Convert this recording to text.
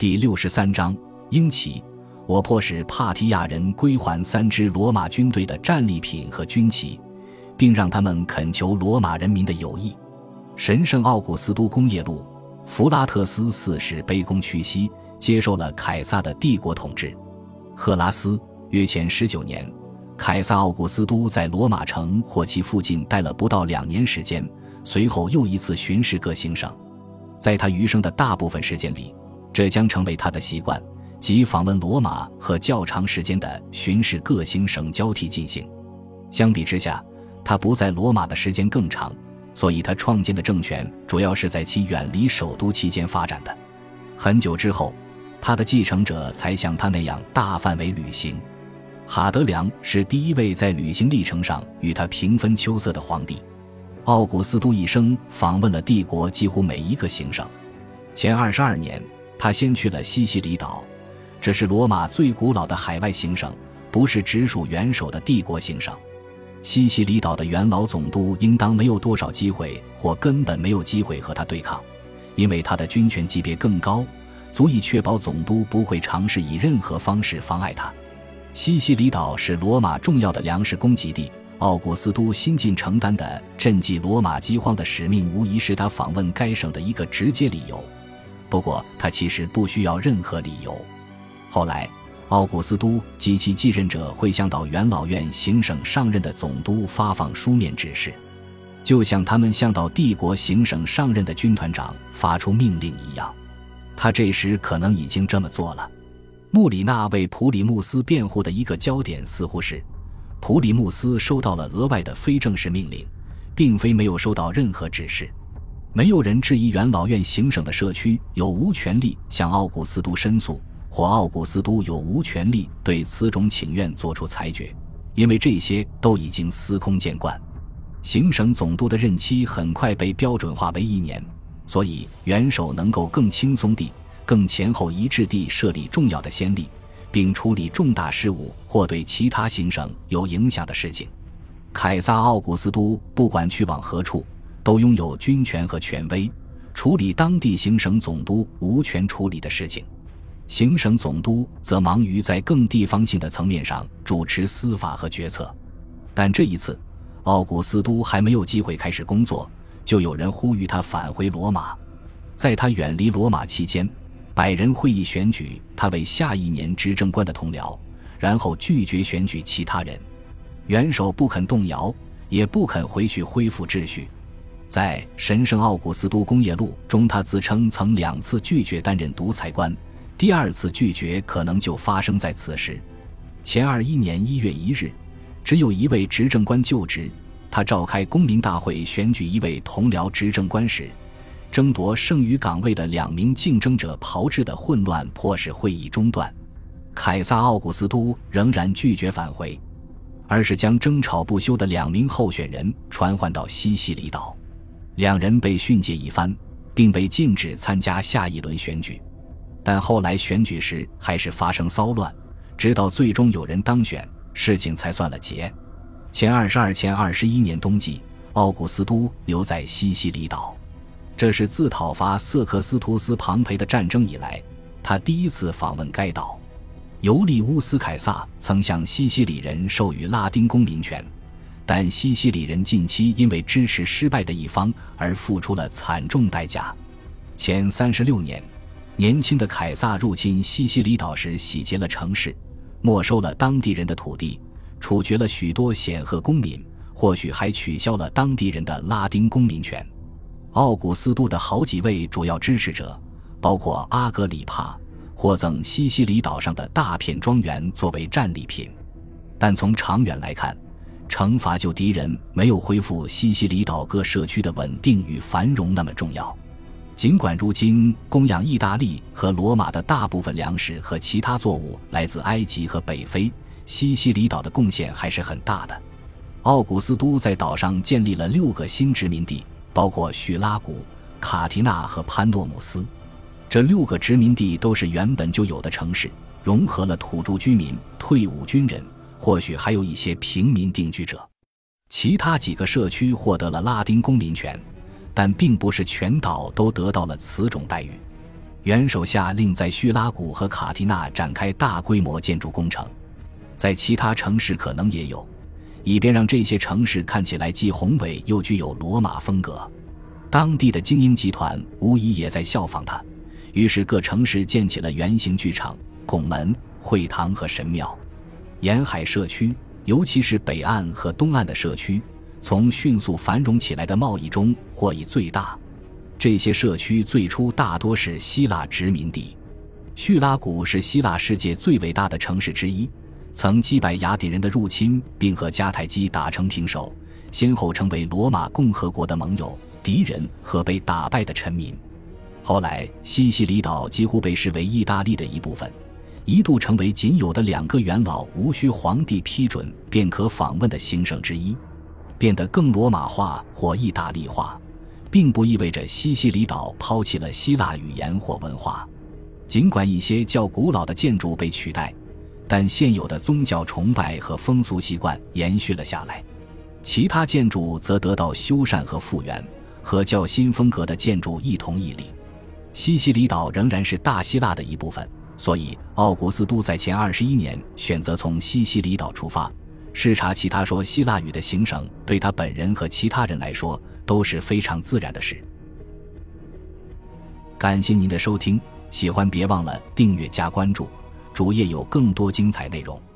第63章鹰旗。我迫使帕提亚人归还3支罗马军队的战利品和军旗，并让他们恳求罗马人民的友谊。神圣奥古斯都工业路，弗拉特斯4世卑躬屈膝，接受了凯撒的帝国统治。赫拉斯，约前19年，凯撒奥古斯都在罗马城或其附近待了不到2年时间，随后又一次巡视各行省。在他余生的大部分时间里，这将成为他的习惯，即访问罗马和较长时间的巡视各行省交替进行。相比之下，他不在罗马的时间更长，所以他创建的政权主要是在其远离首都期间发展的。很久之后，他的继承者才像他那样大范围旅行。哈德良是第一位在旅行历程上与他平分秋色的皇帝。奥古斯都一生访问了帝国几乎每一个行省。前22年，他先去了西西里岛，这是罗马最古老的海外行省，不是直属元首的帝国行省。西西里岛的元老总督应当没有多少机会，或根本没有机会和他对抗，因为他的军权级别更高，足以确保总督不会尝试以任何方式妨碍他。西西里岛是罗马重要的粮食供给地，奥古斯都新近承担的赈济罗马饥荒的使命无疑是他访问该省的一个直接理由。不过他其实不需要任何理由。后来奥古斯都及其继任者会向到元老院行省上任的总督发放书面指示，就像他们向到帝国行省上任的军团长发出命令一样。他这时可能已经这么做了。穆里纳为普里穆斯辩护的一个焦点似乎是，普里穆斯收到了额外的非正式命令，并非没有收到任何指示。没有人质疑元老院行省的社区有无权利向奥古斯都申诉，或奥古斯都有无权利对此种请愿做出裁决，因为这些都已经司空见惯。行省总督的任期很快被标准化为1年，所以元首能够更轻松地、更前后一致地设立重要的先例，并处理重大事务或对其他行省有影响的事情。凯撒奥古斯都不管去往何处，都拥有军权和权威，处理当地行省总督无权处理的事情。行省总督则忙于在更地方性的层面上主持司法和决策。但这一次，奥古斯都还没有机会开始工作，就有人呼吁他返回罗马。在他远离罗马期间，100人会议选举他为下一年执政官的同僚，然后拒绝选举其他人。元首不肯动摇，也不肯回去恢复秩序。在神圣奥古斯都工业录中，他自称曾2次拒绝担任独裁官，第2次拒绝可能就发生在此时。前21年1月1日，只有1位执政官就职，他召开公民大会选举1位同僚执政官时，争夺剩余岗位的2名竞争者炮制的混乱迫使会议中断。凯撒奥古斯都仍然拒绝返回，而是将争吵不休的2名候选人传唤到西西里岛。2人被训诫一番，并被禁止参加下一轮选举。但后来选举时还是发生骚乱，直到最终有人当选，事情才算了结。前21年冬季，奥古斯都留在西西里岛，这是自讨伐瑟克斯图斯庞培的战争以来，他第1次访问该岛。尤利乌斯凯撒曾向西西里人授予拉丁公民权，但西西里人近期因为支持失败的一方而付出了惨重代价。前36年，年轻的凯撒入侵西西里岛时洗劫了城市，没收了当地人的土地，处决了许多显赫公民，或许还取消了当地人的拉丁公民权。奥古斯都的好几位主要支持者，包括阿格里帕，获赠西西里岛上的大片庄园作为战利品。但从长远来看，惩罚救敌人没有恢复西西里岛各社区的稳定与繁荣那么重要。尽管如今供养意大利和罗马的大部分粮食和其他作物来自埃及和北非，西西里岛的贡献还是很大的。奥古斯都在岛上建立了6个新殖民地，包括叙拉古、卡提纳和潘诺姆斯。这6个殖民地都是原本就有的城市，融合了土著居民、退伍军人，或许还有一些平民定居者。其他几个社区获得了拉丁公民权，但并不是全岛都得到了此种待遇。 元首下令在叙拉古和卡提纳展开大规模建筑工程，在其他城市可能也有，以便让这些城市看起来既宏伟又具有罗马风格。当地的精英集团无疑也在效仿它，于是各城市建起了圆形剧场、拱门、会堂和神庙。沿海社区，尤其是北岸和东岸的社区，从迅速繁荣起来的贸易中获益最大。这些社区最初大多是希腊殖民地。叙拉古是希腊世界最伟大的城市之一，曾击败雅典人的入侵，并和迦太基打成平手，先后成为罗马共和国的盟友、敌人和被打败的臣民。后来西西里岛几乎被视为意大利的一部分，一度成为仅有的2个元老无需皇帝批准便可访问的行省之一。变得更罗马化或意大利化，并不意味着西西里岛抛弃了希腊语言或文化。尽管一些较古老的建筑被取代，但现有的宗教崇拜和风俗习惯延续了下来。其他建筑则得到修缮和复原，和较新风格的建筑一同屹立。西西里岛仍然是大希腊的一部分，所以奥古斯都在前21年选择从西西里岛出发，视察其他说希腊语的行省，对他本人和其他人来说都是非常自然的事。感谢您的收听，喜欢别忘了订阅加关注，主页有更多精彩内容。